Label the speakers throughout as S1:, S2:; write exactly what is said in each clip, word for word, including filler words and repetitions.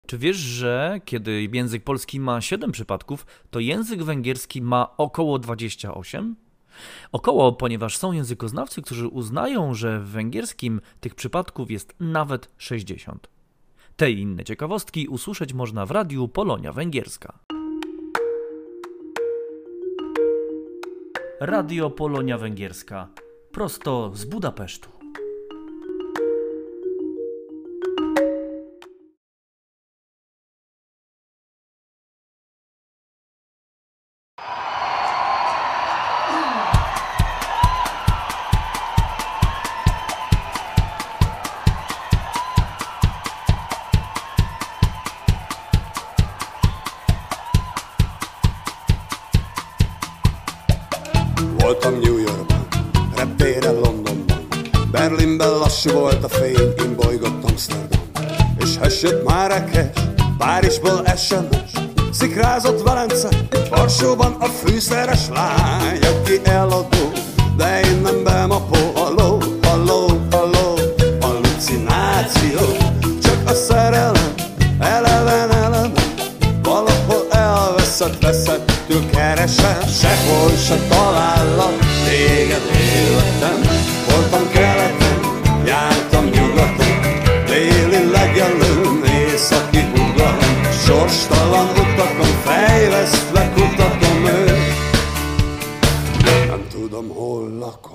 S1: Czy wiesz, że kiedy język polski ma siedem przypadków, to język węgierski ma około dwadzieścia osiem? Około, ponieważ są językoznawcy, którzy uznają, że w węgierskim tych przypadków jest nawet sześćdziesiąt. Te i inne ciekawostki usłyszeć można w radiu Polonia Węgierska. Radio Polonia Węgierska. Prosto z Budapesztu.
S2: Voltam New Yorkban, reptéren Londonban, Berlinben lassú volt a fény, én bolygott Amsterdamban. És hessett Márekes, Párizsból es em es, szikrázott Velence, Varsóban a fűszeres lány, aki eladó, de én nem bemapó. Halló, halló, halló, hallucináció, csak a szerelem, eleven, eleven, valahol elveszett, veszettül keresem, sehol se talállak téged életem. Voltam keleten, jártam nyugaton, déli legelőn, északi ugalom, sorstalan utakon, fejvesztve kutatom őt, nem tudom, hol lakom.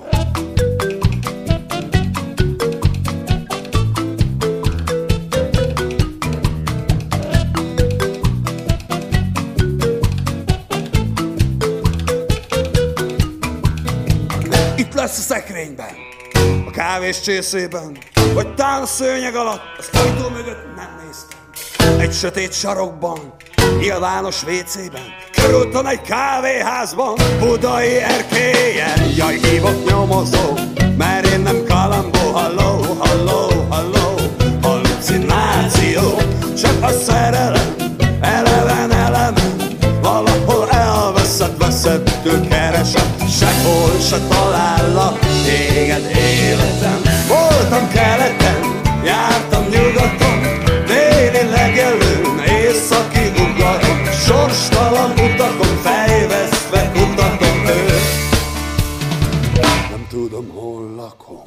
S2: Lesz a szekrényben, a kávés csészében, vagy tán a szőnyeg alatt, az ajtó mögött nem néztem. Egy sötét sarokban, nyilvános vécében, körültem egy kávéházban, budai erkélyen. Jaj, hívott nyomozó, mert én nem kalambó. Halló, halló, halló, hallucináció, csak a szerelem, eleven, eleven, valahol elveszett, veszettől keresem, sehol se talállak téged életem. Voltam keleten, jártam nyugaton, déli legelőn, északi ugaron, sorstalan utakon, fejvesztve kutatom őt, nem tudom, hol lakom.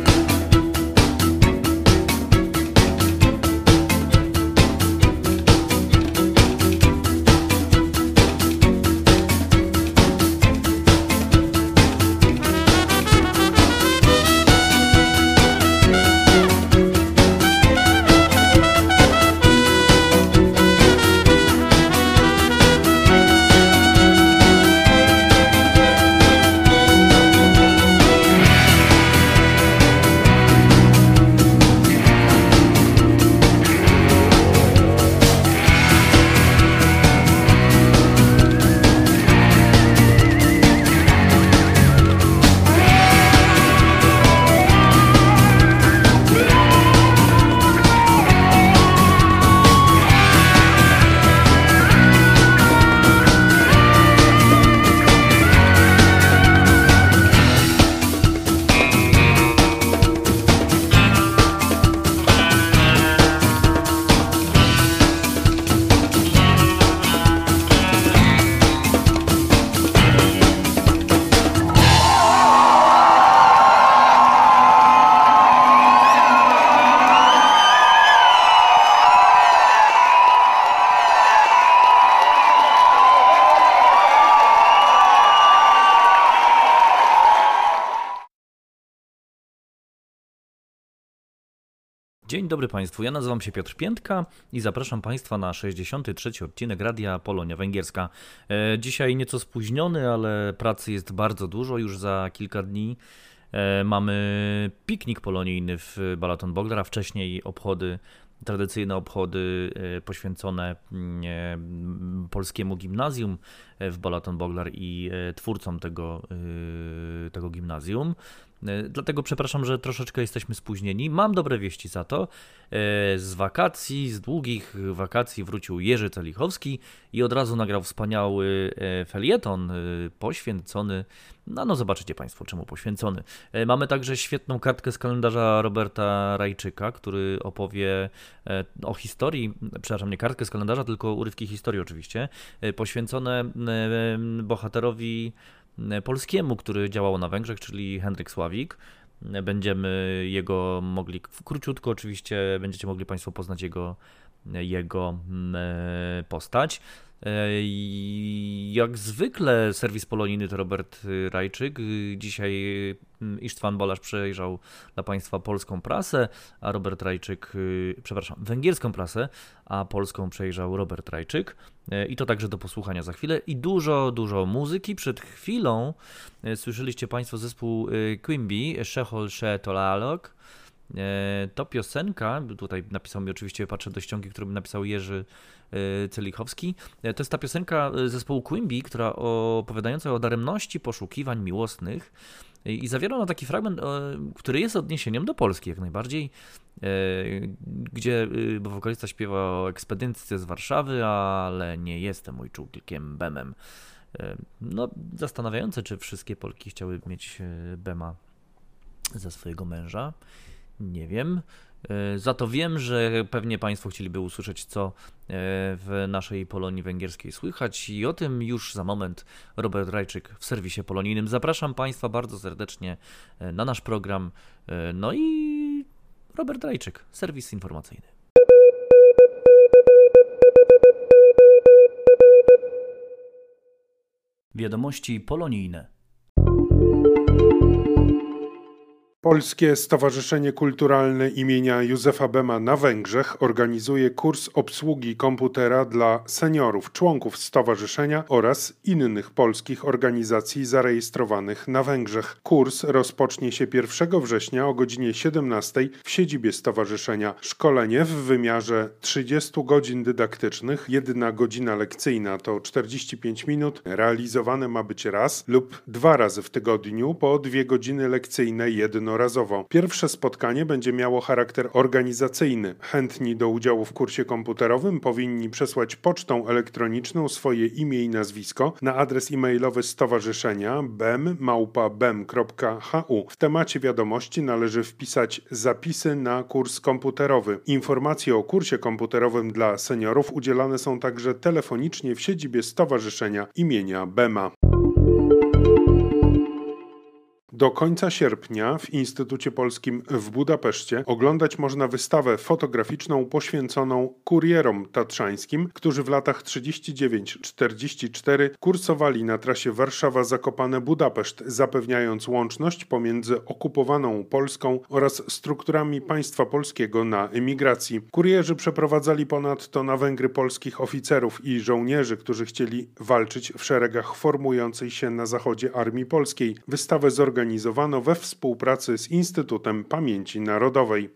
S1: Dzień dobry Państwu, ja nazywam się Piotr Piętka i zapraszam Państwa na sześćdziesiąty trzeci odcinek Radia Polonia Węgierska. E, dzisiaj nieco spóźniony, ale pracy jest bardzo dużo, już za kilka dni e, mamy piknik polonijny w Balaton Bogdar, a wcześniej obchody, tradycyjne obchody e, poświęcone e, polskiemu gimnazjum w Balaton Bogdar i e, twórcom tego, e, tego gimnazjum. Dlatego przepraszam, że troszeczkę jesteśmy spóźnieni. Mam dobre wieści za to. Z wakacji, z długich wakacji wrócił Jerzy Celichowski i od razu nagrał wspaniały felieton poświęcony, no, no zobaczycie Państwo czemu poświęcony. Mamy także świetną kartkę z kalendarza Roberta Rajczyka, który opowie o historii, przepraszam, nie kartkę z kalendarza, tylko urywki historii oczywiście, poświęcone bohaterowi polskiemu, który działał na Węgrzech, czyli Henryk Sławik. Będziemy jego mogli, króciutko oczywiście, będziecie mogli Państwo poznać jego, jego postać. Jak zwykle serwis polonijny to Robert Rajczyk. Dzisiaj Isztwan Bolasz przejrzał dla Państwa polską prasę, a Robert Rajczyk, przepraszam, węgierską prasę, a polską przejrzał Robert Rajczyk. I to także do posłuchania za chwilę. I dużo, dużo muzyki. Przed chwilą słyszeliście Państwo zespół Quimby, Szechol Sze Tolalok. To piosenka, tutaj napisał mi oczywiście, patrzę do ściągi, którą napisał Jerzy Celichowski. To jest ta piosenka zespołu Quimby, która opowiadająca o daremności poszukiwań miłosnych i zawiera ona taki fragment, który jest odniesieniem do Polski jak najbardziej, gdzie bo wokalista śpiewa o ekspedycji z Warszawy, ale nie jestem ojczulkiem Bemem. No, zastanawiające, czy wszystkie Polki chciały mieć Bema za swojego męża. Nie wiem. Za to wiem, że pewnie Państwo chcieliby usłyszeć, co w naszej Polonii węgierskiej słychać i o tym już za moment Robert Rajczyk w serwisie polonijnym. Zapraszam Państwa bardzo serdecznie na nasz program. No i Robert Rajczyk, serwis informacyjny. Wiadomości polonijne.
S3: Polskie Stowarzyszenie Kulturalne imienia Józefa Bema na Węgrzech organizuje kurs obsługi komputera dla seniorów, członków stowarzyszenia oraz innych polskich organizacji zarejestrowanych na Węgrzech. Kurs rozpocznie się pierwszego września o godzinie siedemnastej w siedzibie stowarzyszenia. Szkolenie w wymiarze trzydziestu godzin dydaktycznych, jedna godzina lekcyjna to czterdzieści pięć minut, realizowane ma być raz lub dwa razy w tygodniu po dwie godziny lekcyjne jednorazowo. Pierwsze spotkanie będzie miało charakter organizacyjny. Chętni do udziału w kursie komputerowym powinni przesłać pocztą elektroniczną swoje imię i nazwisko na adres e-mailowy stowarzyszenia bem małpa bem kropka h u. W temacie wiadomości należy wpisać zapisy na kurs komputerowy. Informacje o kursie komputerowym dla seniorów udzielane są także telefonicznie w siedzibie stowarzyszenia imienia Bema. Do końca sierpnia w Instytucie Polskim w Budapeszcie oglądać można wystawę fotograficzną poświęconą kurierom tatrzańskim, którzy w latach trzydzieści dziewięć czterdzieści cztery kursowali na trasie Warszawa-Zakopane-Budapeszt, zapewniając łączność pomiędzy okupowaną Polską oraz strukturami państwa polskiego na emigracji. Kurierzy przeprowadzali ponadto na Węgry polskich oficerów i żołnierzy, którzy chcieli walczyć w szeregach formującej się na zachodzie Armii Polskiej. Wystawę zorganizowano Organizowano we współpracy z Instytutem Pamięci Narodowej.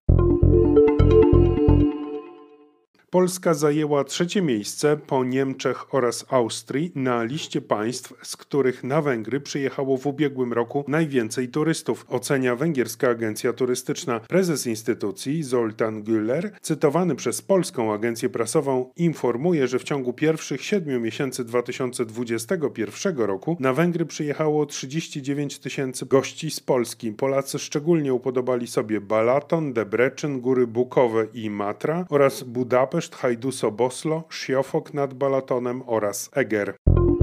S3: Polska zajęła trzecie miejsce po Niemczech oraz Austrii na liście państw, z których na Węgry przyjechało w ubiegłym roku najwięcej turystów, ocenia węgierska agencja turystyczna. Prezes instytucji Zoltán Güller, cytowany przez polską agencję prasową, informuje, że w ciągu pierwszych siedmiu miesięcy dwa tysiące dwudziestego pierwszego roku na Węgry przyjechało trzydzieści dziewięć tysięcy gości z Polski. Polacy szczególnie upodobali sobie Balaton, Debrecen, Góry Bukowe i Matra oraz Budapeszt, Hajdúso-Boslo, Siofok nad Balatonem oraz Eger.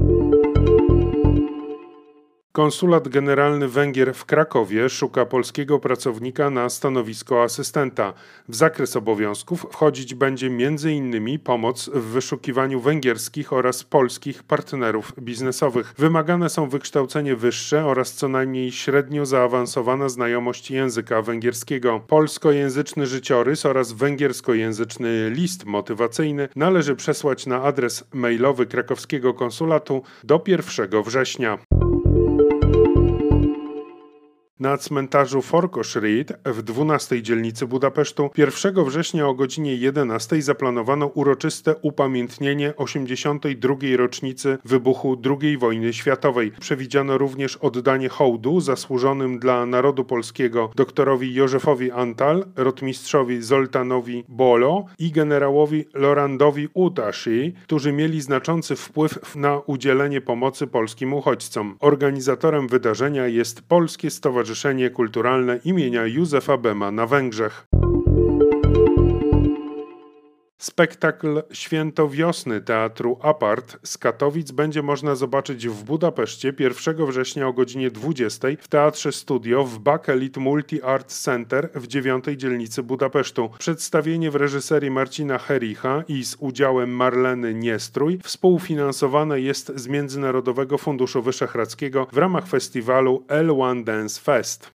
S3: Konsulat Generalny Węgier w Krakowie szuka polskiego pracownika na stanowisko asystenta. W zakres obowiązków wchodzić będzie między innymi pomoc w wyszukiwaniu węgierskich oraz polskich partnerów biznesowych. Wymagane są wykształcenie wyższe oraz co najmniej średnio zaawansowana znajomość języka węgierskiego. Polskojęzyczny życiorys oraz węgierskojęzyczny list motywacyjny należy przesłać na adres mailowy krakowskiego konsulatu do pierwszego września. Na cmentarzu Farkasréti w dwunastej dzielnicy Budapesztu pierwszego września o godzinie jedenastej zaplanowano uroczyste upamiętnienie osiemdziesiątej drugiej rocznicy wybuchu drugiej wojny światowej. Przewidziano również oddanie hołdu zasłużonym dla narodu polskiego doktorowi Józefowi Antal, rotmistrzowi Zoltanowi Bolo i generałowi Lorandowi Utasi, którzy mieli znaczący wpływ na udzielenie pomocy polskim uchodźcom. Organizatorem wydarzenia jest Polskie Stowarzyszenie Kulturalne imienia Józefa Bema na Węgrzech. Spektakl Święto Wiosny Teatru Apart z Katowic będzie można zobaczyć w Budapeszcie pierwszego września o godzinie dwudziestej w Teatrze Studio w Bakelit Multi Art Center w dziewiątej dzielnicy Budapesztu. Przedstawienie w reżyserii Marcina Hericha i z udziałem Marleny Niestrój współfinansowane jest z Międzynarodowego Funduszu Wyszehradzkiego w ramach festiwalu L jeden Dance Fest.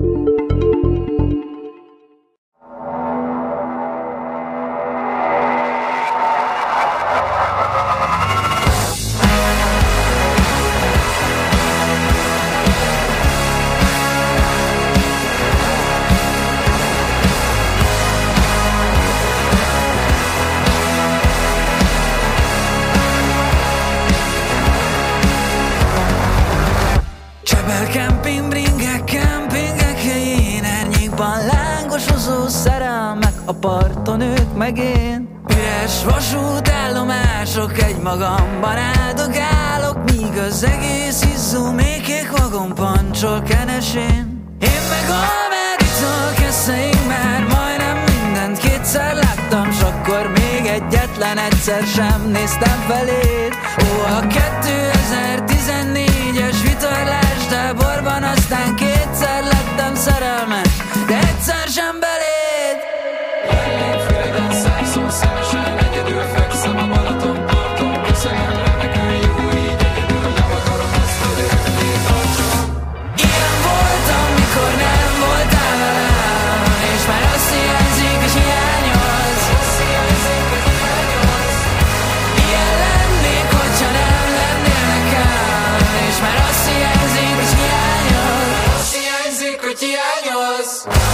S4: A parton ők meg én. Üres vasútállomások, egy magamban áldogálok, míg az egész izzó mékék vagon pancsol kenesén. Én meg almádítok eszeink, már majdnem mindent kétszer láttam, s akkor még egyetlen egyszer sem néztem feléd. Ó, a kétezer-tizennégyes vitorlás táborban aztán kétszer lettem szerelmes, de egyszer sem beléd. Szemesen egyedül fekszem a Balatonparton, köszönöm remekül jó így egyedül, nem akarom azt, hogy örökké tartson. Ilyen voltam, mikor nem voltál velem, és már azt hiányzik, hogy hiányolsz. Ilyen lennék, hogyha nem lennél nekem, és már azt hiányzik, hogy hiányolsz. Azt hiányzik, hogy hiányolsz.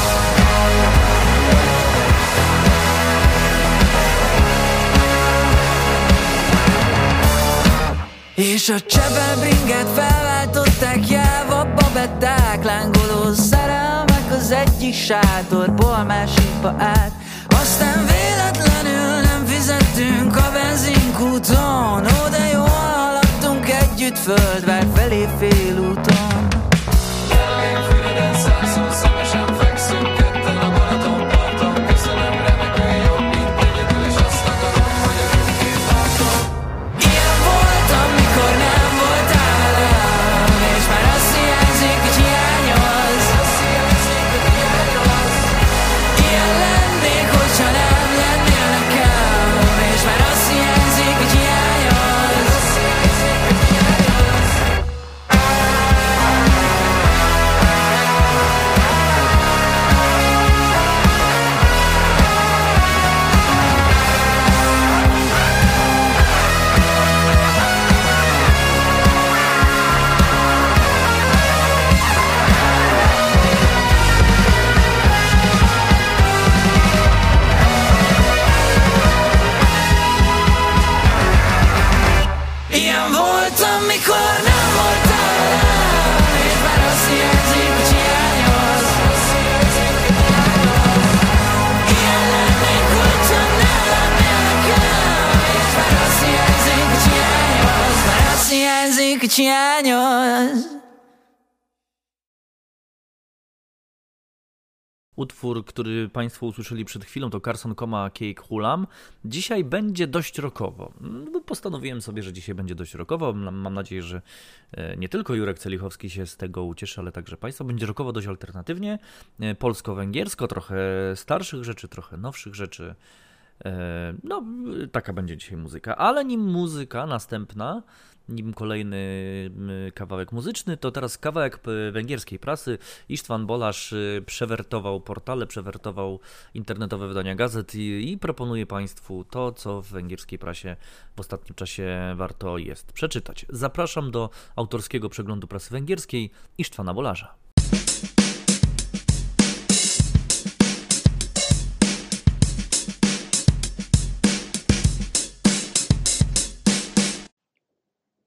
S4: És a csepelbringet felváltották, jelva babetták, lángoló szerelmek az egyik sátorból a másikba át. Aztán véletlenül nem fizettünk a benzinkúton, ó de jól haladtunk együtt földvár felé félúton. Én Füreden százszor szemesen fekszünk ketten a Balatonparton, köszönöm remekül jobb, mint egyedül, és azt akarom, hogy örökké tartom. Ilyen voltam, mikor nem voltál velem, és már azt hiányzik, hogy hiányolsz. Ilyen lennék, hogyha nem lennél nekem, és már azt hiányzik, hogy hiányolsz. Ilyen voltam, mikor nem voltál velem, és már azt hiányzik, hogy hiányolsz. Ilyen lennék, hogyha nem lennél nekem, és már azt hiányzik, hogy hiányolsz. Már azt hiányzik, hogy hiányolsz.
S1: Utwór, który Państwo usłyszeli przed chwilą, to Carson Coma Cake Hulam. Dzisiaj będzie dość rockowo. Postanowiłem sobie, że dzisiaj będzie dość rockowo. Mam nadzieję, że nie tylko Jurek Celichowski się z tego ucieszy, ale także Państwo. Będzie rockowo dość alternatywnie, polsko-węgiersko, trochę starszych rzeczy, trochę nowszych rzeczy. No, taka będzie dzisiaj muzyka. Ale nim muzyka następna, nim kolejny kawałek muzyczny, to teraz kawałek węgierskiej prasy. Istvan Balázs przewertował portale, przewertował internetowe wydania gazet i, i proponuje Państwu to, co w węgierskiej prasie w ostatnim czasie warto jest przeczytać. Zapraszam do autorskiego przeglądu prasy węgierskiej Istvana Balázsa.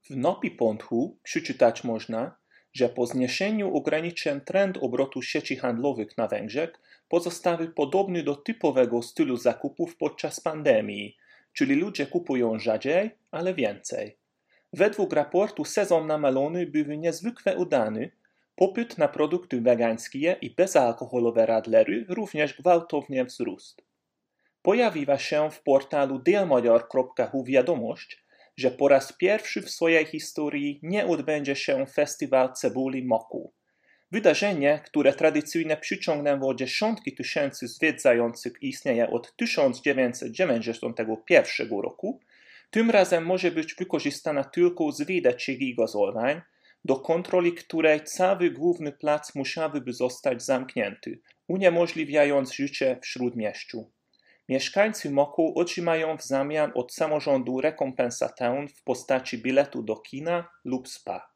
S5: W nopi punkt h u przeczytać można, że po zniesieniu ograniczeń trend obrotu sieci handlowych na Węgrzech pozostały podobny do typowego stylu zakupów podczas pandemii, czyli ludzie kupują rzadziej, ale więcej. Według raportu sezon na melony był niezwykle udany, popyt na produkty wegańskie i bezalkoholowe radlery również gwałtownie wzrósł. Pojawiła się w portalu delmagyar kropka h u wiadomość, że po raz pierwszy w swojej historii nie odbędzie się festiwal cebuli moku. Wydarzenie, które tradycyjnie przyciągnęło dziesiątki tysięcy zwiedzających istnieje od tysiąc dziewięćset dziewięćdziesiątego pierwszego roku, tym razem może być wykorzystana tylko z wydaczych igazolwań, do kontroli której cały główny plac musiałby zostać zamknięty, uniemożliwiając życie w śródmieściu. Mieszkańcy Moku otrzymają w zamian od samorządu rekompensatę w postaci biletu do kina lub spa.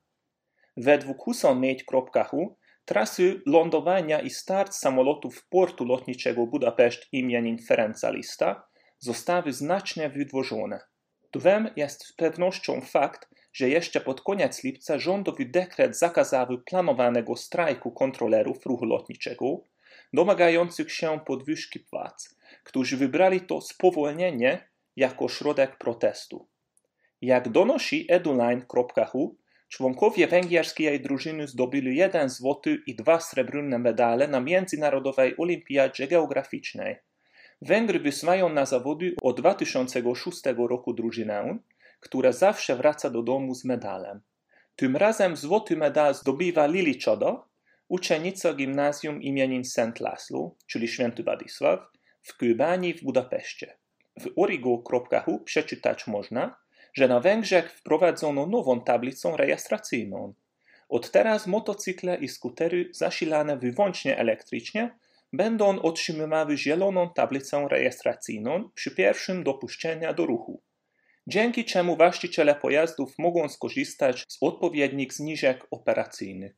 S5: Według huszonnégy kropka h u trasy lądowania i start samolotów portu lotniczego Budapeszt imienin Ferenca Liszta zostały znacznie wydłużone. Dowiem jest z pewnością fakt, że jeszcze pod koniec lipca rządowy dekret zakazał planowanego strajku kontrolerów ruchu lotniczego, domagających się podwyżki płac, którzy wybrali to spowolnienie jako środek protestu. Jak donosi eduline kropka h u, członkowie węgierskiej drużyny zdobyli jeden złoty i dwa srebrne medale na Międzynarodowej Olimpiadzie Geograficznej. Węgry wysyłają na zawody od dwa tysiące szóstego roku drużynę, która zawsze wraca do domu z medalem. Tym razem złoty medal zdobywa Lili Czodo, uczennica gimnazjum imienin Szent László, czyli Święty Władysław, w Kőbányi w Budapeszcie. W origo kropka h u przeczytać można, że na Węgrzech wprowadzono nową tablicę rejestracyjną. Od teraz motocykle i skutery zasilane wyłącznie elektrycznie będą otrzymywały zieloną tablicę rejestracyjną przy pierwszym dopuszczeniu do ruchu, dzięki czemu właściciele pojazdów mogą skorzystać z odpowiednich zniżek operacyjnych.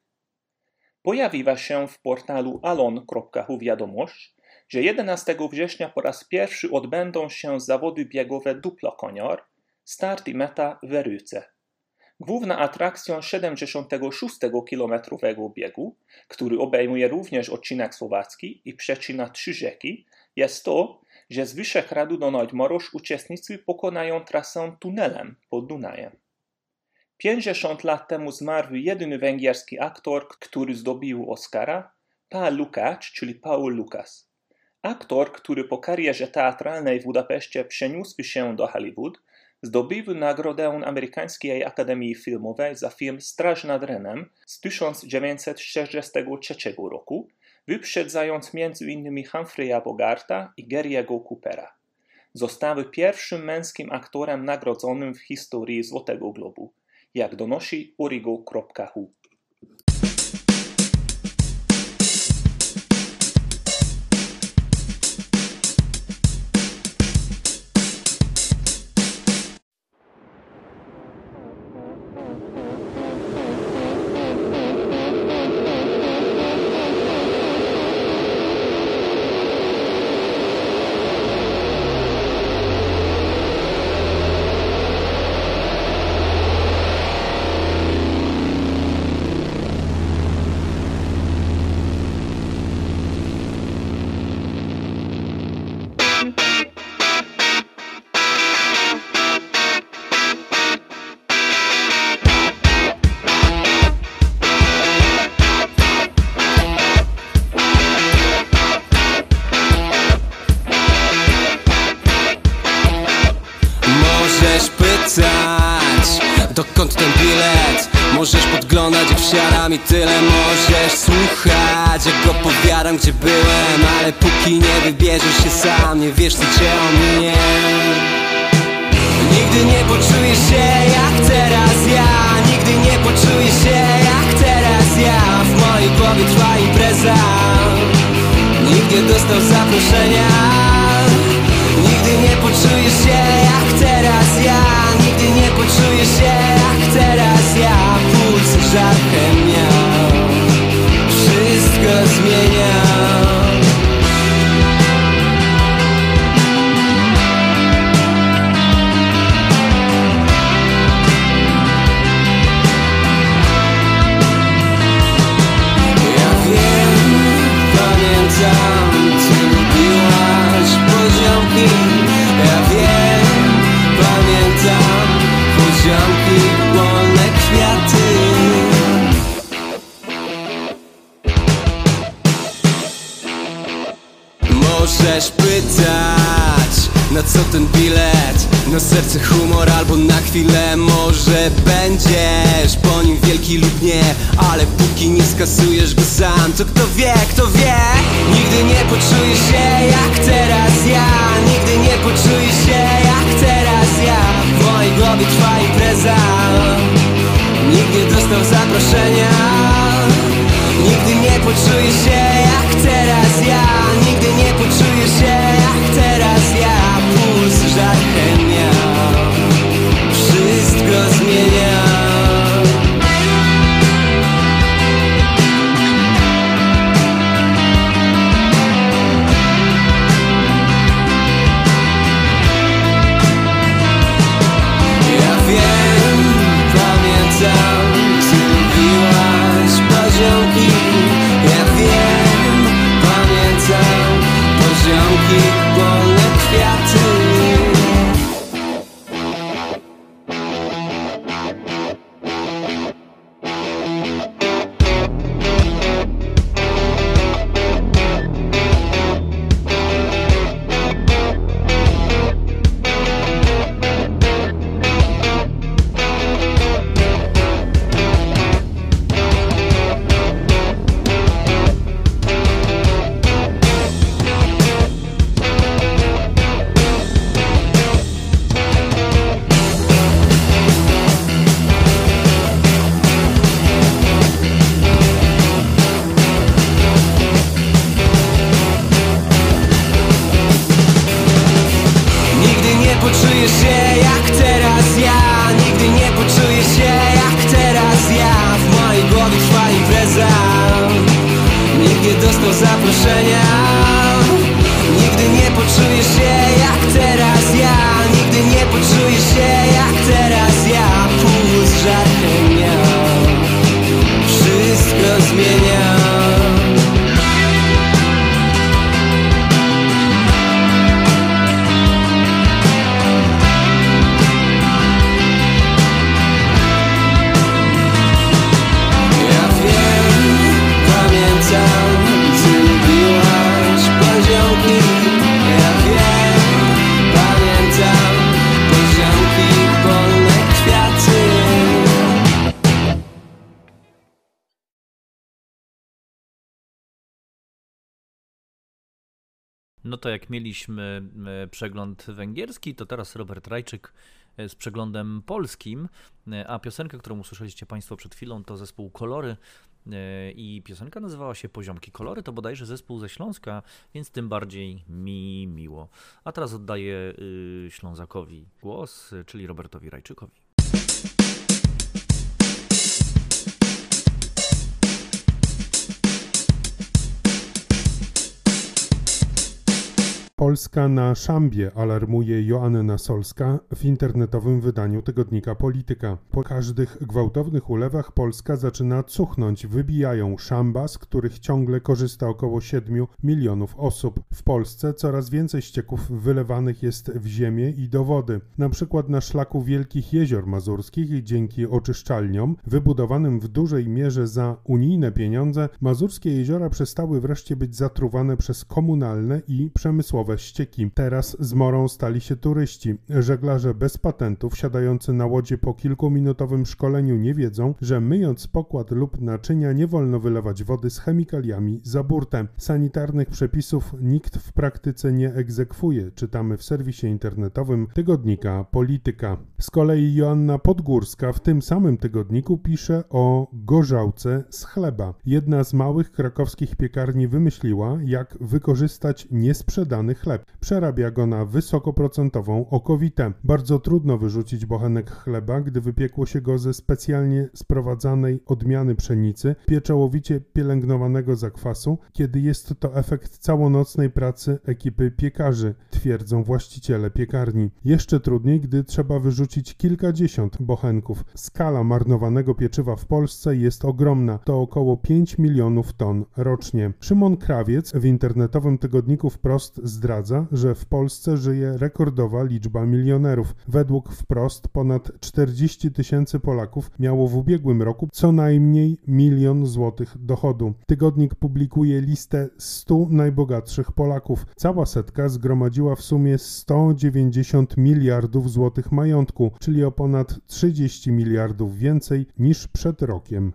S5: Pojawiła się w portalu alon kropka h u wiadomość, że jedenastego września po raz pierwszy odbędą się zawody biegowe duplo konior, start i meta w Eryce. Główną atrakcją siedemdziesięcioszestekilometrowego biegu, który obejmuje również odcinek słowacki i przecina trzy rzeki, jest to, że z Wyszehradu do Nagymaros uczestnicy pokonają trasę tunelem pod Dunajem. pięćdziesiąt lat temu zmarł jedyny węgierski aktor, który zdobył Oscara, Paul Lukács, czyli Paul Lukas. Aktor, który po karierze teatralnej w Budapeszcie przeniósł się do Hollywood, zdobył nagrodę Amerykańskiej Akademii Filmowej za film Straż nad Renem z tysiąc dziewięćset sześćdziesiątego trzeciego roku, wyprzedzając między innymi Humphreya Bogarta i Gary'ego Coopera. Został pierwszym męskim aktorem nagrodzonym w historii Złotego Globu, jak donosi origo kropka h u.
S6: Dokąd ten bilet? Możesz podglądać jak wsiadam i tyle. Możesz słuchać jak opowiadam gdzie byłem, ale póki nie wybierzesz się sam, nie wiesz co cię ominie. Nigdy nie poczujesz się jak teraz ja, nigdy nie poczujesz się jak teraz ja. W mojej głowie trwa impreza, nikt nie dostał zaproszenia. Nigdy nie poczujesz się jak teraz ja, nigdy nie poczujesz się jak teraz ja. Puls żar chemia wszystko zmienia. co ten bilet? Na serce humor albo na chwilę może będziesz po nim wielki lub nie, ale póki nie skasujesz go sam, to kto wie, kto wie? Nigdy nie poczujesz się jak teraz ja, nigdy nie poczujesz się jak teraz ja. W mojej głowie trwa impreza, nikt nie dostał zaproszenia. Nigdy nie poczujesz się jak teraz ja, nigdy nie poczujesz się jak teraz ja. Puls, żar, chemia, wszystko zmienia. Ja wiem, pamiętam, ty lubiłaś poziomki. Ja wiem, pamiętam, poziomki, wolne kwiaty.
S1: No to jak mieliśmy przegląd węgierski, to teraz Robert Rajczyk z przeglądem polskim, a piosenkę, którą usłyszeliście Państwo przed chwilą, to zespół Kolory i piosenka nazywała się Poziomki. Kolory to bodajże zespół ze Śląska, więc tym bardziej mi miło. A teraz oddaję Ślązakowi głos, czyli Robertowi Rajczykowi.
S3: Polska na szambie, alarmuje Joanna Solska w internetowym wydaniu tygodnika Polityka. Po każdych gwałtownych ulewach Polska zaczyna cuchnąć. Wybijają szamba, z których ciągle korzysta około siedmiu milionów osób. W Polsce coraz więcej ścieków wylewanych jest w ziemię i do wody. Na przykład na szlaku Wielkich Jezior Mazurskich dzięki oczyszczalniom, wybudowanym w dużej mierze za unijne pieniądze, mazurskie jeziora przestały wreszcie być zatruwane przez komunalne i przemysłowe ścieki. Teraz zmorą stali się turyści. Żeglarze bez patentów siadający na łodzie po kilkuminutowym szkoleniu nie wiedzą, że myjąc pokład lub naczynia nie wolno wylewać wody z chemikaliami za burtę. Sanitarnych przepisów nikt w praktyce nie egzekwuje, czytamy w serwisie internetowym tygodnika Polityka. Z kolei Joanna Podgórska w tym samym tygodniku pisze o gorzałce z chleba. Jedna z małych krakowskich piekarni wymyśliła, jak wykorzystać niesprzedany chleb. Przerabia go na wysokoprocentową okowitę. Bardzo trudno wyrzucić bochenek chleba, gdy wypiekło się go ze specjalnie sprowadzanej odmiany pszenicy, pieczołowicie pielęgnowanego zakwasu, kiedy jest to efekt całonocnej pracy ekipy piekarzy, twierdzą właściciele piekarni. Jeszcze trudniej, gdy trzeba wyrzucić wyrzucić kilkadziesiąt bochenków. Skala marnowanego pieczywa w Polsce jest ogromna, to około pięć milionów ton rocznie. Szymon Krawiec w internetowym tygodniku Wprost zdradza, że w Polsce żyje rekordowa liczba milionerów. Według Wprost ponad czterdzieści tysięcy Polaków miało w ubiegłym roku co najmniej milion złotych dochodu. Tygodnik publikuje listę stu najbogatszych Polaków. Cała setka zgromadziła w sumie sto dziewięćdziesiąt miliardów złotych majątku, czyli o ponad trzydzieści miliardów więcej niż przed rokiem.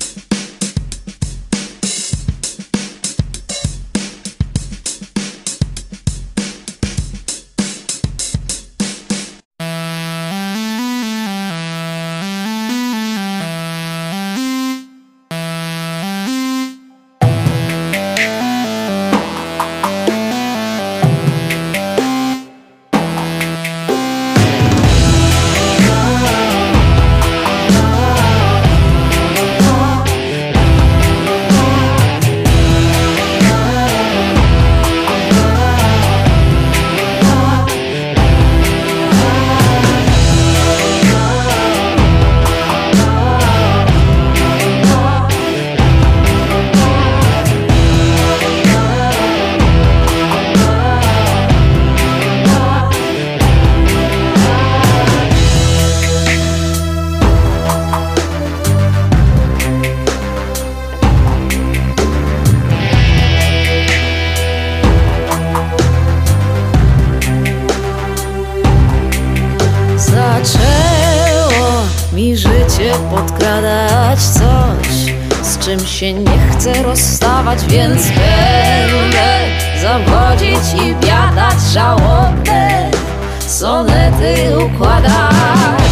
S7: Podkradać coś, z czym się nie chcę rozstawać, więc będę zawodzić i biadać żałobne sonety układać.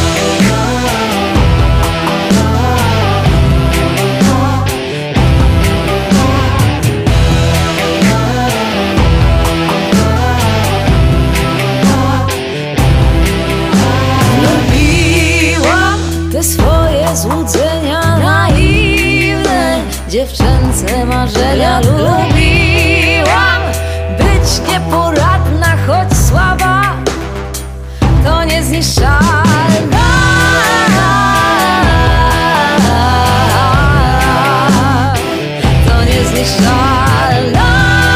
S7: Te swoje złudzenia naiwne, dziewczęce marzenia. Lubiłam być nieporadna, choć słaba, to niezniszczalna. To niezniszczalna.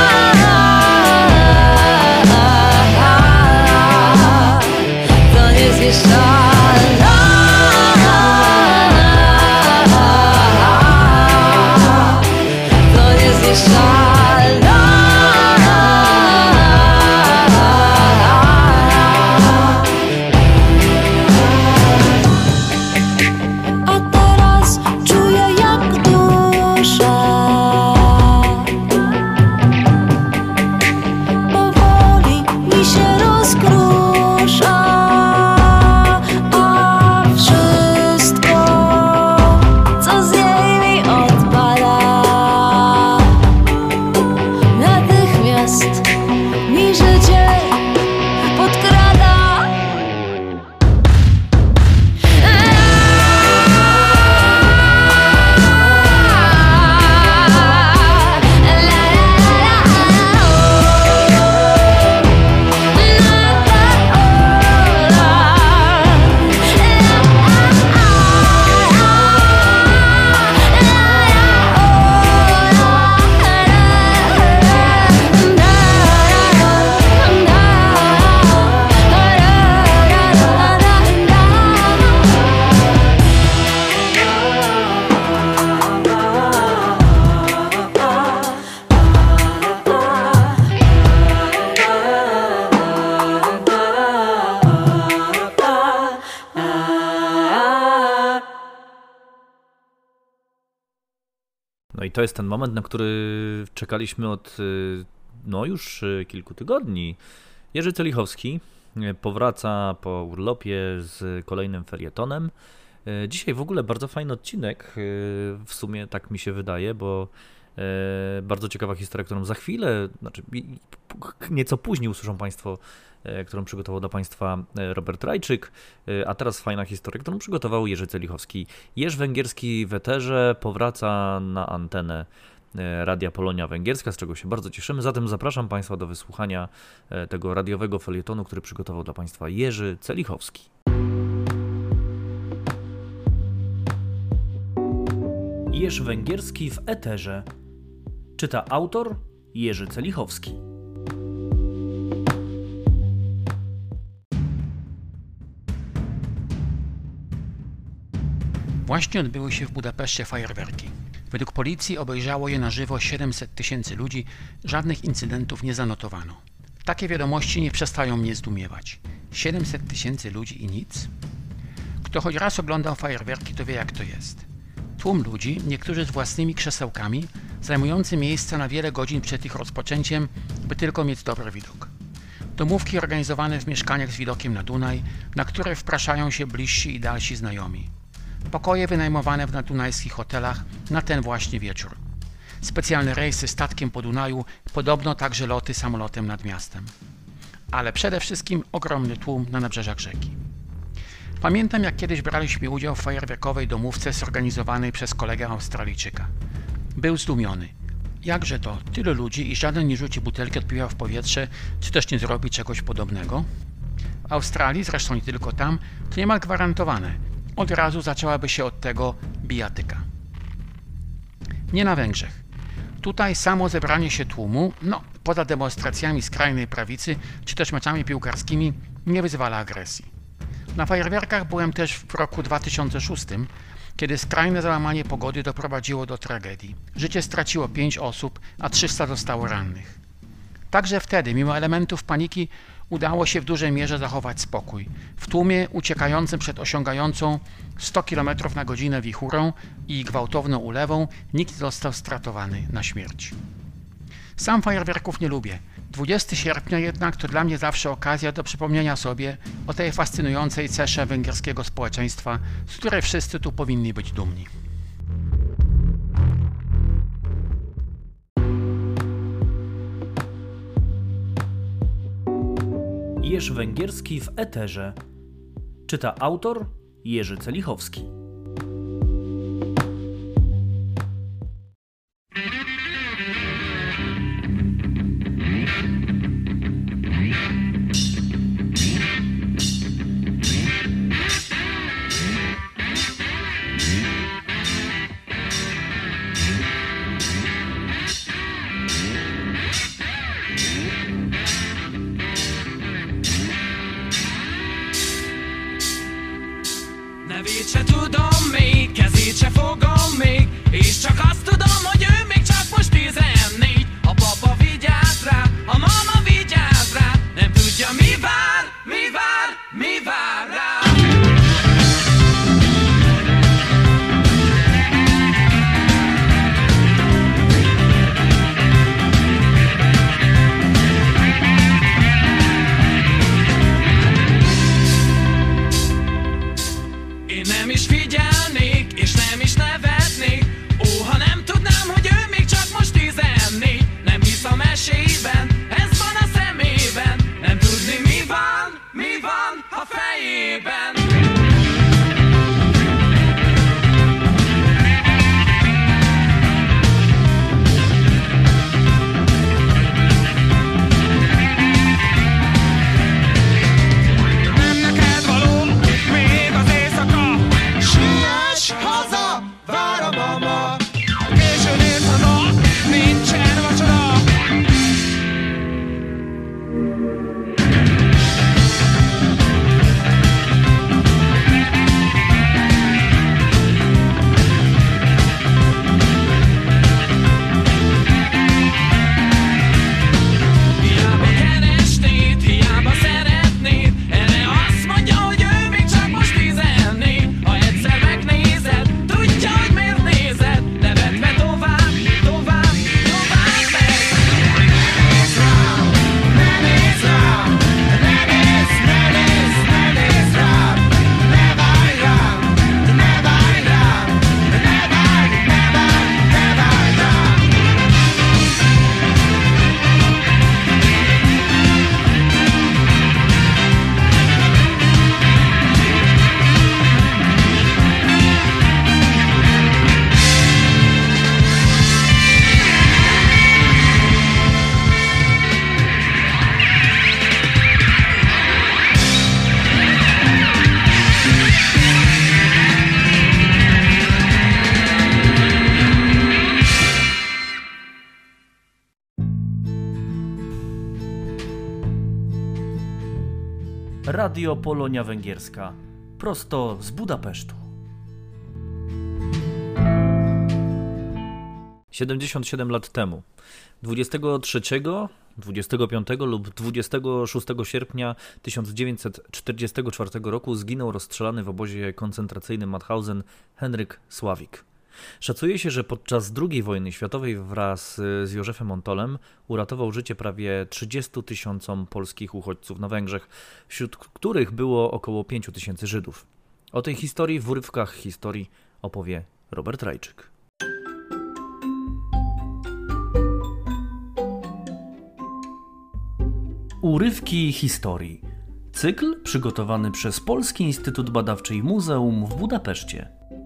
S7: To niezniszczalna.
S1: No i to jest ten moment, na który czekaliśmy od no już kilku tygodni. Jerzy Celichowski powraca po urlopie z kolejnym felietonem. Dzisiaj w ogóle bardzo fajny odcinek, w sumie tak mi się wydaje, bo bardzo ciekawa historia, którą za chwilę, znaczy nieco później usłyszą Państwo, którą przygotował dla Państwa Robert Rajczyk, a teraz fajna historia, którą przygotował Jerzy Celichowski. Jerz Węgierski w eterze powraca na antenę Radia Polonia Węgierska, z czego się bardzo cieszymy. Zatem zapraszam Państwa do wysłuchania tego radiowego felietonu, który przygotował dla Państwa Jerzy Celichowski. Jeż węgierski w eterze. Czyta autor Jerzy Celichowski.
S8: Właśnie odbyły się w Budapeszcie fajerwerki. Według policji obejrzało je na żywo siedemset tysięcy ludzi, żadnych incydentów nie zanotowano. Takie wiadomości nie przestają mnie zdumiewać. siedemset tysięcy ludzi i nic? Kto choć raz oglądał fajerwerki, to wie, jak to jest. Tłum ludzi, niektórzy z własnymi krzesełkami, zajmujący miejsce na wiele godzin przed ich rozpoczęciem, by tylko mieć dobry widok. Domówki organizowane w mieszkaniach z widokiem na Dunaj, na które wpraszają się bliżsi i dalsi znajomi. Pokoje wynajmowane w nadunajskich hotelach na ten właśnie wieczór. Specjalne rejsy statkiem po Dunaju, podobno także loty samolotem nad miastem. Ale przede wszystkim ogromny tłum na nabrzeżach rzeki. Pamiętam, jak kiedyś braliśmy udział w fajerwerkowej domówce zorganizowanej przez kolegę Australijczyka. Był zdumiony. Jakże to? Tylu ludzi i żaden nie rzuci butelki od piwa w powietrze, czy też nie zrobi czegoś podobnego? W Australii, zresztą nie tylko tam, to niemal gwarantowane. Od razu zaczęłaby się od tego bijatyka. Nie na Węgrzech. Tutaj samo zebranie się tłumu, no poza demonstracjami skrajnej prawicy czy też meczami piłkarskimi, nie wyzwala agresji. Na fajerwerkach byłem też w roku dwa tysiące szóstym, kiedy skrajne załamanie pogody doprowadziło do tragedii. Życie straciło pięć osób, a trzysta zostało rannych. Także wtedy, mimo elementów paniki, udało się w dużej mierze zachować spokój. W tłumie uciekającym przed osiągającą sto kilometrów na godzinę wichurą i gwałtowną ulewą nikt nie został stratowany na śmierć. Sam fajerwerków nie lubię. dwudziestego sierpnia jednak to dla mnie zawsze okazja do przypomnienia sobie o tej fascynującej cesze węgierskiego społeczeństwa, z której wszyscy tu powinni być dumni.
S1: Jeż węgierski w eterze. Czyta autor Jerzy Celichowski.
S6: Nevét se tudom még, kezét se fogom még, és csak azt tudom, hogy ő még csak most tizennégy. A papa vigyáz rá, a mama vigyáz rá, nem tudja mi vár, mi vár, mi vár rá. Én nem is figyelnék, és nem is nevetnék, ó, ha nem tudnám, hogy ő még csak most tizennégy. Nem hisz a mesében, ez van a szemében, nem tudni mi van, mi van a fejében. Nem neked való még az éjszaka,
S1: Radio Polonia Węgierska, prosto z Budapesztu. siedemdziesiąt siedem lat temu, dwudziestego trzeciego, dwudziestego piątego lub dwudziestego szóstego sierpnia tysiąc dziewięćset czterdziestego czwartego roku zginął rozstrzelany w obozie koncentracyjnym Mauthausen Henryk Sławik. Szacuje się, że podczas drugiej wojny światowej wraz z Józefem Montolem uratował życie prawie trzydziestu tysiącom polskich uchodźców na Węgrzech, wśród których było około pięciu tysięcy Żydów. O tej historii w urywkach historii opowie Robert Rajczyk. Urywki historii. Cykl przygotowany przez Polski Instytut Badawczy i Muzeum w Budapeszcie.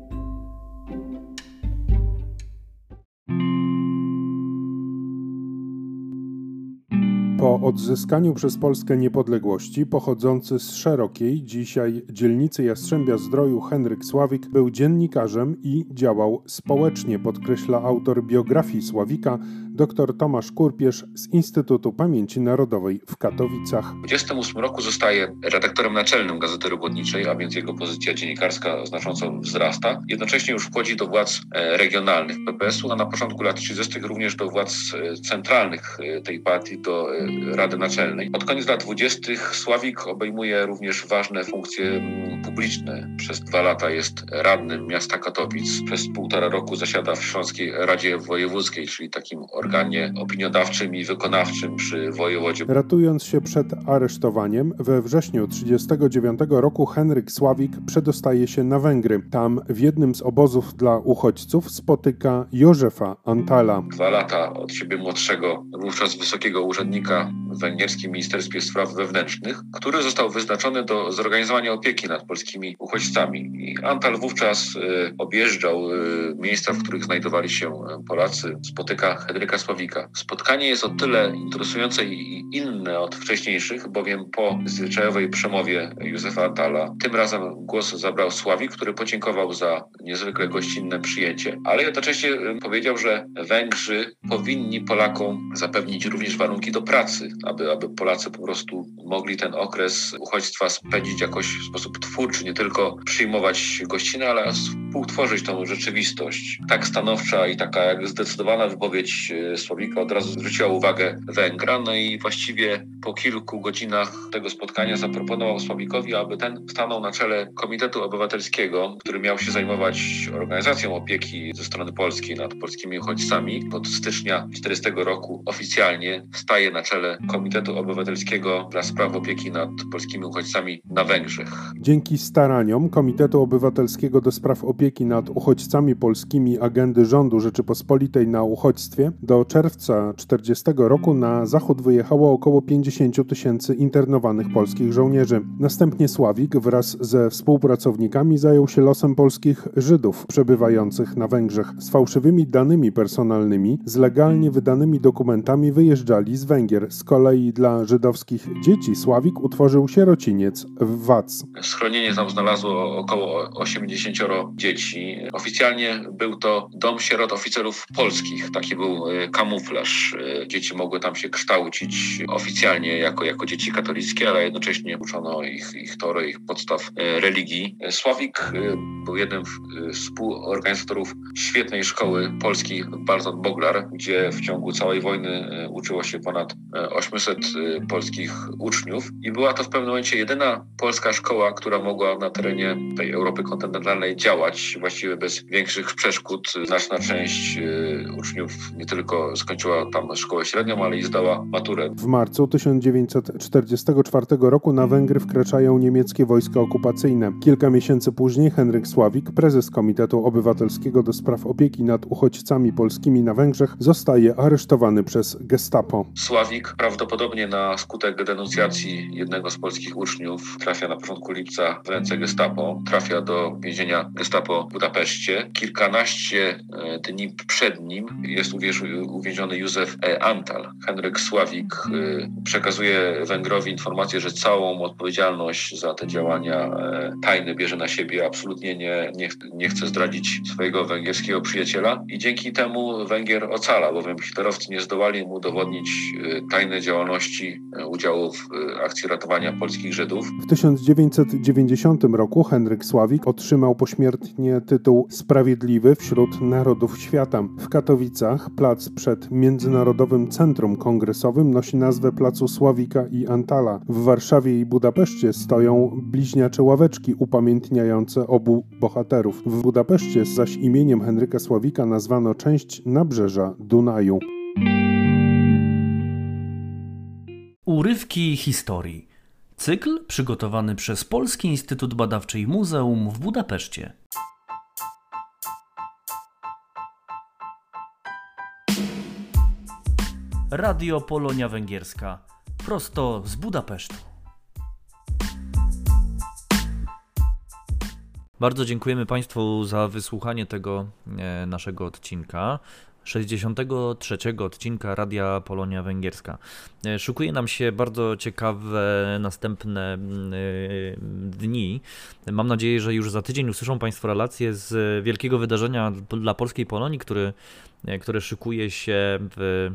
S3: Po odzyskaniu przez Polskę niepodległości pochodzący z szerokiej, dzisiaj dzielnicy Jastrzębia-Zdroju Henryk Sławik był dziennikarzem i działał społecznie, podkreśla autor biografii Sławika, dr Tomasz Kurpiesz z Instytutu Pamięci Narodowej w Katowicach.
S9: W dwudziestym ósmym roku zostaje redaktorem naczelnym Gazety Robotniczej, a więc jego pozycja dziennikarska znacząco wzrasta. Jednocześnie już wchodzi do władz regionalnych P P S-u, a na początku lat trzydziestych również do władz centralnych tej partii, do Rady Naczelnej. Pod koniec lat dwudziestych Sławik obejmuje również ważne funkcje publiczne. Przez dwa lata jest radnym miasta Katowic. Przez półtora roku zasiada w Śląskiej Radzie Wojewódzkiej, czyli takim organie opiniodawczym i wykonawczym przy wojewodzie.
S3: Ratując się przed aresztowaniem, we wrześniu trzydziestego dziewiątego roku Henryk Sławik przedostaje się na Węgry. Tam w jednym z obozów dla uchodźców spotyka Józefa Antala.
S9: Dwa lata od siebie młodszego, wówczas wysokiego urzędnika w węgierskim Ministerstwie Spraw Wewnętrznych, który został wyznaczony do zorganizowania opieki nad polskimi uchodźcami. I Antal wówczas y, objeżdżał y, miejsca, w których znajdowali się Polacy. Spotyka Henryka Sławika. Spotkanie jest o tyle interesujące i inne od wcześniejszych, bowiem po zwyczajowej przemowie Józefa Antala tym razem głos zabrał Sławik, który podziękował za niezwykle gościnne przyjęcie, ale jednocześnie powiedział, że Węgrzy powinni Polakom zapewnić również warunki do pracy, aby, aby Polacy po prostu mogli ten okres uchodźstwa spędzić jakoś w sposób twórczy, nie tylko przyjmować gościny, ale współtworzyć tą rzeczywistość. Tak stanowcza i taka jak zdecydowana wypowiedź Sławika od razu zwróciła uwagę Węgra, no i właściwie po kilku godzinach tego spotkania zaproponował Sławikowi, aby ten stanął na czele Komitetu Obywatelskiego, który miał się zajmować organizacją opieki ze strony polskiej nad polskimi uchodźcami. Od stycznia czterdziestego roku oficjalnie staje na czele Komitetu Obywatelskiego dla spraw opieki nad polskimi uchodźcami na Węgrzech.
S3: Dzięki staraniom Komitetu Obywatelskiego do spraw opieki nad uchodźcami polskimi Agendy Rządu Rzeczypospolitej na uchodźstwie do czerwca czterdziestego roku na zachód wyjechało około pięćdziesięciu tysięcy internowanych polskich żołnierzy. Następnie Sławik wraz ze współpracownikami zajął się losem polskich Żydów przebywających na Węgrzech. Z fałszywymi danymi personalnymi, z legalnie wydanymi dokumentami wyjeżdżali z Węgier. Z kolei dla żydowskich dzieci Sławik utworzył sierociniec w Wac.
S9: Schronienie tam znalazło około osiemdziesięcioro dzieci. Oficjalnie był to dom sierot oficerów polskich. Taki był kamuflaż. Dzieci mogły tam się kształcić oficjalnie jako, jako dzieci katolickie, ale jednocześnie uczono ich, ich tory, ich podstaw religii. Sławik był jednym z współorganizatorów świetnej szkoły polskiej Barton Boglar, gdzie w ciągu całej wojny uczyło się ponad osiemset polskich uczniów i była to w pewnym momencie jedyna polska szkoła, która mogła na terenie tej Europy kontynentalnej działać właściwie bez większych przeszkód. Znaczna część uczniów nie tylko skończyła tam szkołę średnią, ale i zdała maturę.
S3: W marcu tysiąc dziewięćset czterdziestego czwartego roku na Węgry wkraczają niemieckie wojska okupacyjne. Kilka miesięcy później Henryk Sławik, prezes Komitetu Obywatelskiego do spraw opieki nad uchodźcami polskimi na Węgrzech, zostaje aresztowany przez Gestapo.
S9: Sławik prawdopodobnie na skutek denuncjacji jednego z polskich uczniów trafia na początku lipca w ręce Gestapo. Trafia do więzienia Gestapo po Budapeszcie. Kilkanaście dni przed nim jest uwięziony Józef Antal. Henryk Sławik przekazuje Węgrowi informację, że całą odpowiedzialność za te działania tajne bierze na siebie. Absolutnie nie, nie, nie chce zdradzić swojego węgierskiego przyjaciela i dzięki temu Węgier ocala, bowiem hitlerowcy nie zdołali mu udowodnić tajnej działalności udziału w akcji ratowania polskich Żydów.
S3: W tysiąc dziewięćset dziewięćdziesiątym roku Henryk Sławik otrzymał pośmiertnie tytuł Sprawiedliwy wśród Narodów Świata. W Katowicach plac przed Międzynarodowym Centrum Kongresowym nosi nazwę Placu Sławika i Antala. W Warszawie i Budapeszcie stoją bliźniacze ławeczki upamiętniające obu bohaterów. W Budapeszcie zaś imieniem Henryka Sławika nazwano część nabrzeża Dunaju.
S1: Urywki historii. Cykl przygotowany przez Polski Instytut Badawczy i Muzeum w Budapeszcie. Radio Polonia Węgierska. Prosto z Budapesztu. Bardzo dziękujemy Państwu za wysłuchanie tego e, naszego odcinka. sześćdziesiątego trzeciego odcinka Radia Polonia Węgierska. Szykuje nam się bardzo ciekawe następne dni. Mam nadzieję, że już za tydzień usłyszą Państwo relacje z wielkiego wydarzenia dla polskiej Polonii, który, które szykuje się w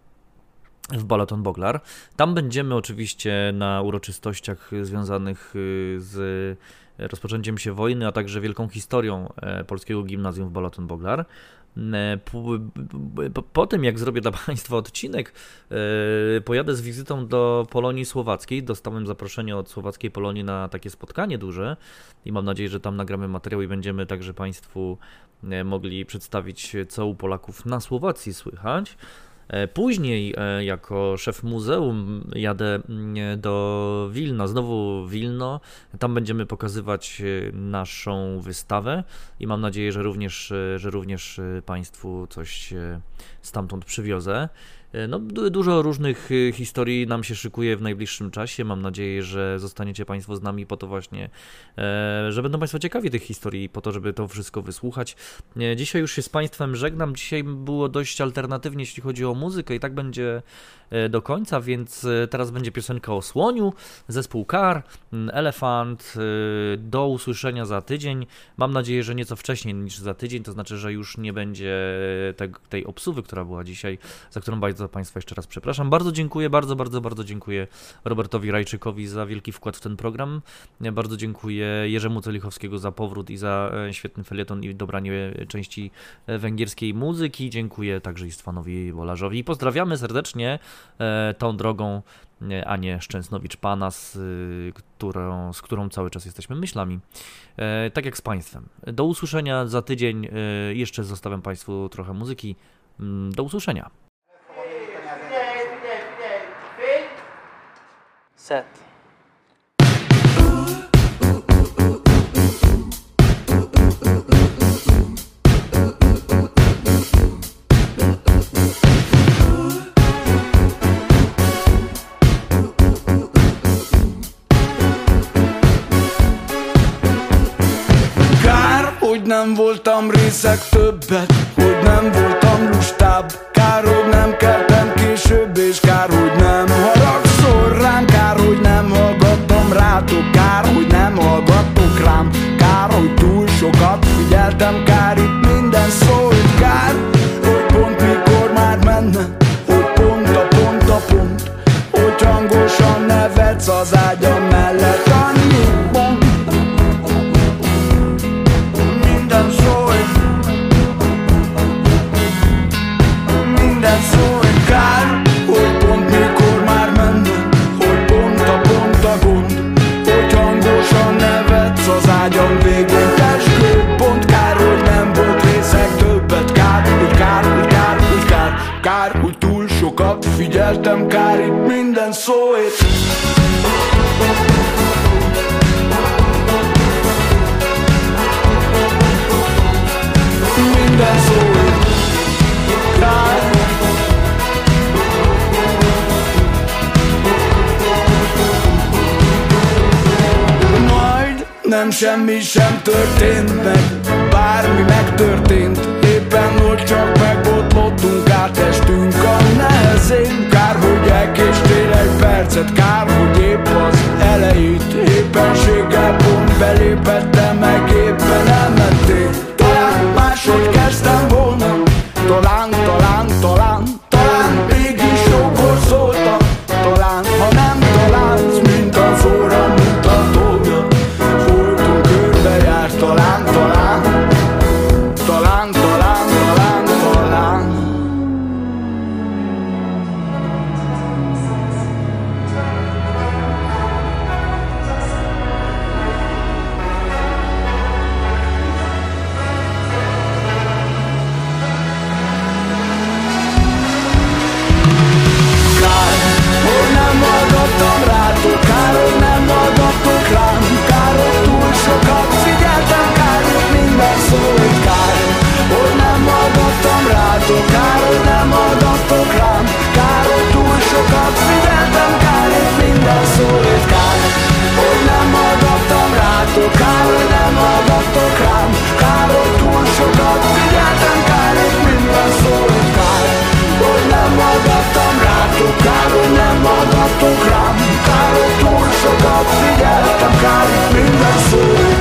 S1: w Balaton Boglar. Tam będziemy oczywiście na uroczystościach związanych z rozpoczęciem się wojny, a także wielką historią polskiego gimnazjum w Balaton Boglar. Po, po, po tym, jak zrobię dla Państwa odcinek, pojadę z wizytą do Polonii Słowackiej. Dostałem zaproszenie od Słowackiej Polonii na takie spotkanie duże i mam nadzieję, że tam nagramy materiał i będziemy także Państwu mogli przedstawić, co u Polaków na Słowacji słychać. Później jako szef muzeum jadę do Wilna, znowu Wilno. Tam będziemy pokazywać naszą wystawę i mam nadzieję, że również, że również Państwu coś stamtąd przywiozę. No, dużo różnych historii nam się szykuje w najbliższym czasie. Mam nadzieję, że zostaniecie Państwo z nami po to właśnie, że będą Państwo ciekawi tych historii, po to, żeby to wszystko wysłuchać. Dzisiaj już się z Państwem żegnam. Dzisiaj było dość alternatywnie, jeśli chodzi o muzykę i tak będzie do końca, więc teraz będzie piosenka o słoniu, zespół Kar, Elefant. Do usłyszenia za tydzień. Mam nadzieję, że nieco wcześniej niż za tydzień, to znaczy, że już nie będzie te, tej obsuwy, która była dzisiaj, za którą bardzo Państwa jeszcze raz przepraszam. Bardzo dziękuję, bardzo, bardzo, bardzo dziękuję Robertowi Rajczykowi za wielki wkład w ten program. Bardzo dziękuję Jerzemu Celichowskiego za powrót i za świetny felieton i dobranie części węgierskiej muzyki. Dziękuję także Istwanowi Wolarzowi. Pozdrawiamy serdecznie tą drogą Anię Szczęsnowicz-Panas, którą, z którą cały czas jesteśmy myślami. Tak jak z Państwem. Do usłyszenia za tydzień. Jeszcze zostawiam Państwu trochę muzyki. Do usłyszenia.
S10: Set.
S6: Hogy nem voltam részeg többet, hogy nem voltam lustább. Kár, hogy nem keltem később, és kár, hogy nem haragszol rám. Kár, hogy nem hallgattam rátok, kár, hogy nem hallgattok rám. Kár, hogy túl sokat figyeltem, kár, itt minden szó, hogy kár, hogy pont mikor már menne, hogy pont a pont a pont, hogy hangosan nevetsz az ágyam mellett. Annyi pont. Minden szó, minden szó, hogy kár, hogy pont mikor már menne, hogy pont a pont a gond, hogy hangosan nevetsz az ágyam végén. Teskő, pont kár, hogy nem volt részeg többet. Kár, hogy kár, hogy kár, hogy kár, kár, hogy túl sokat figyeltem. Kár, itt minden szóért. Minden szóért kár. Majd
S10: Nem semmi sem történt meg, bármi megtörtént. Éppen úgy csak megbotlottunk, átestünk a nehezén. Kár, hogy elkéstél egy percet, kár, hogy épp az elejét. Éppenséggel pont belépettem, meg éppen elmentél. Talán máshogy kezdtem volna, talán, talán, talán, talán mégis jókor szóltam. Talán, ha nem találsz, mint az óra mutatója. Voltunk körbejárt, talán, talán, talán, talán, talán, talán. Kár, hogy nem hallgattok rám, kár, hogy túl sokat figyeltem, kár, hogy minden szólt. Kár, hogy nem hallgattam rátok, kár, hogy nem hallgattok rám, kár, hogy túl sokat figyeltem, kár, hogy minden szólt. Kár, hogy nem hallgattam rátok, kár, hogy nem hallgattok rám, kár, hogy túl sokat figyeltem, kár, hogy minden szólt. Kár, hogy nem hallgattam rátok, kár, hogy nem hallgattok rám, kár, hogy túl sokat figyeltem, kár, hogy minden szólt.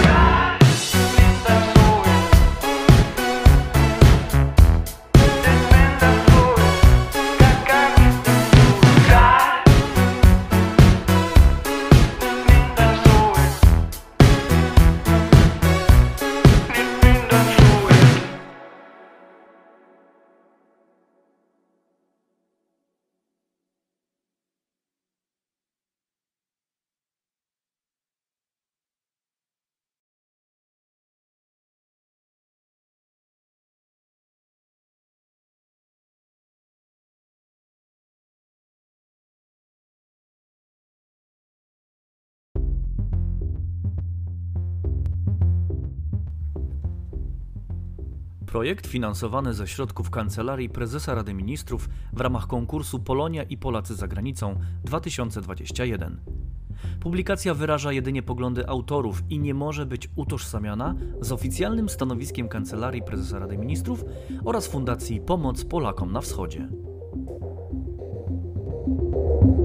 S1: Projekt finansowany ze środków Kancelarii Prezesa Rady Ministrów w ramach konkursu Polonia i Polacy za granicą dwa tysiące dwudziesty pierwszy. Publikacja wyraża jedynie poglądy autorów i nie może być utożsamiana z oficjalnym stanowiskiem Kancelarii Prezesa Rady Ministrów oraz Fundacji Pomoc Polakom na Wschodzie.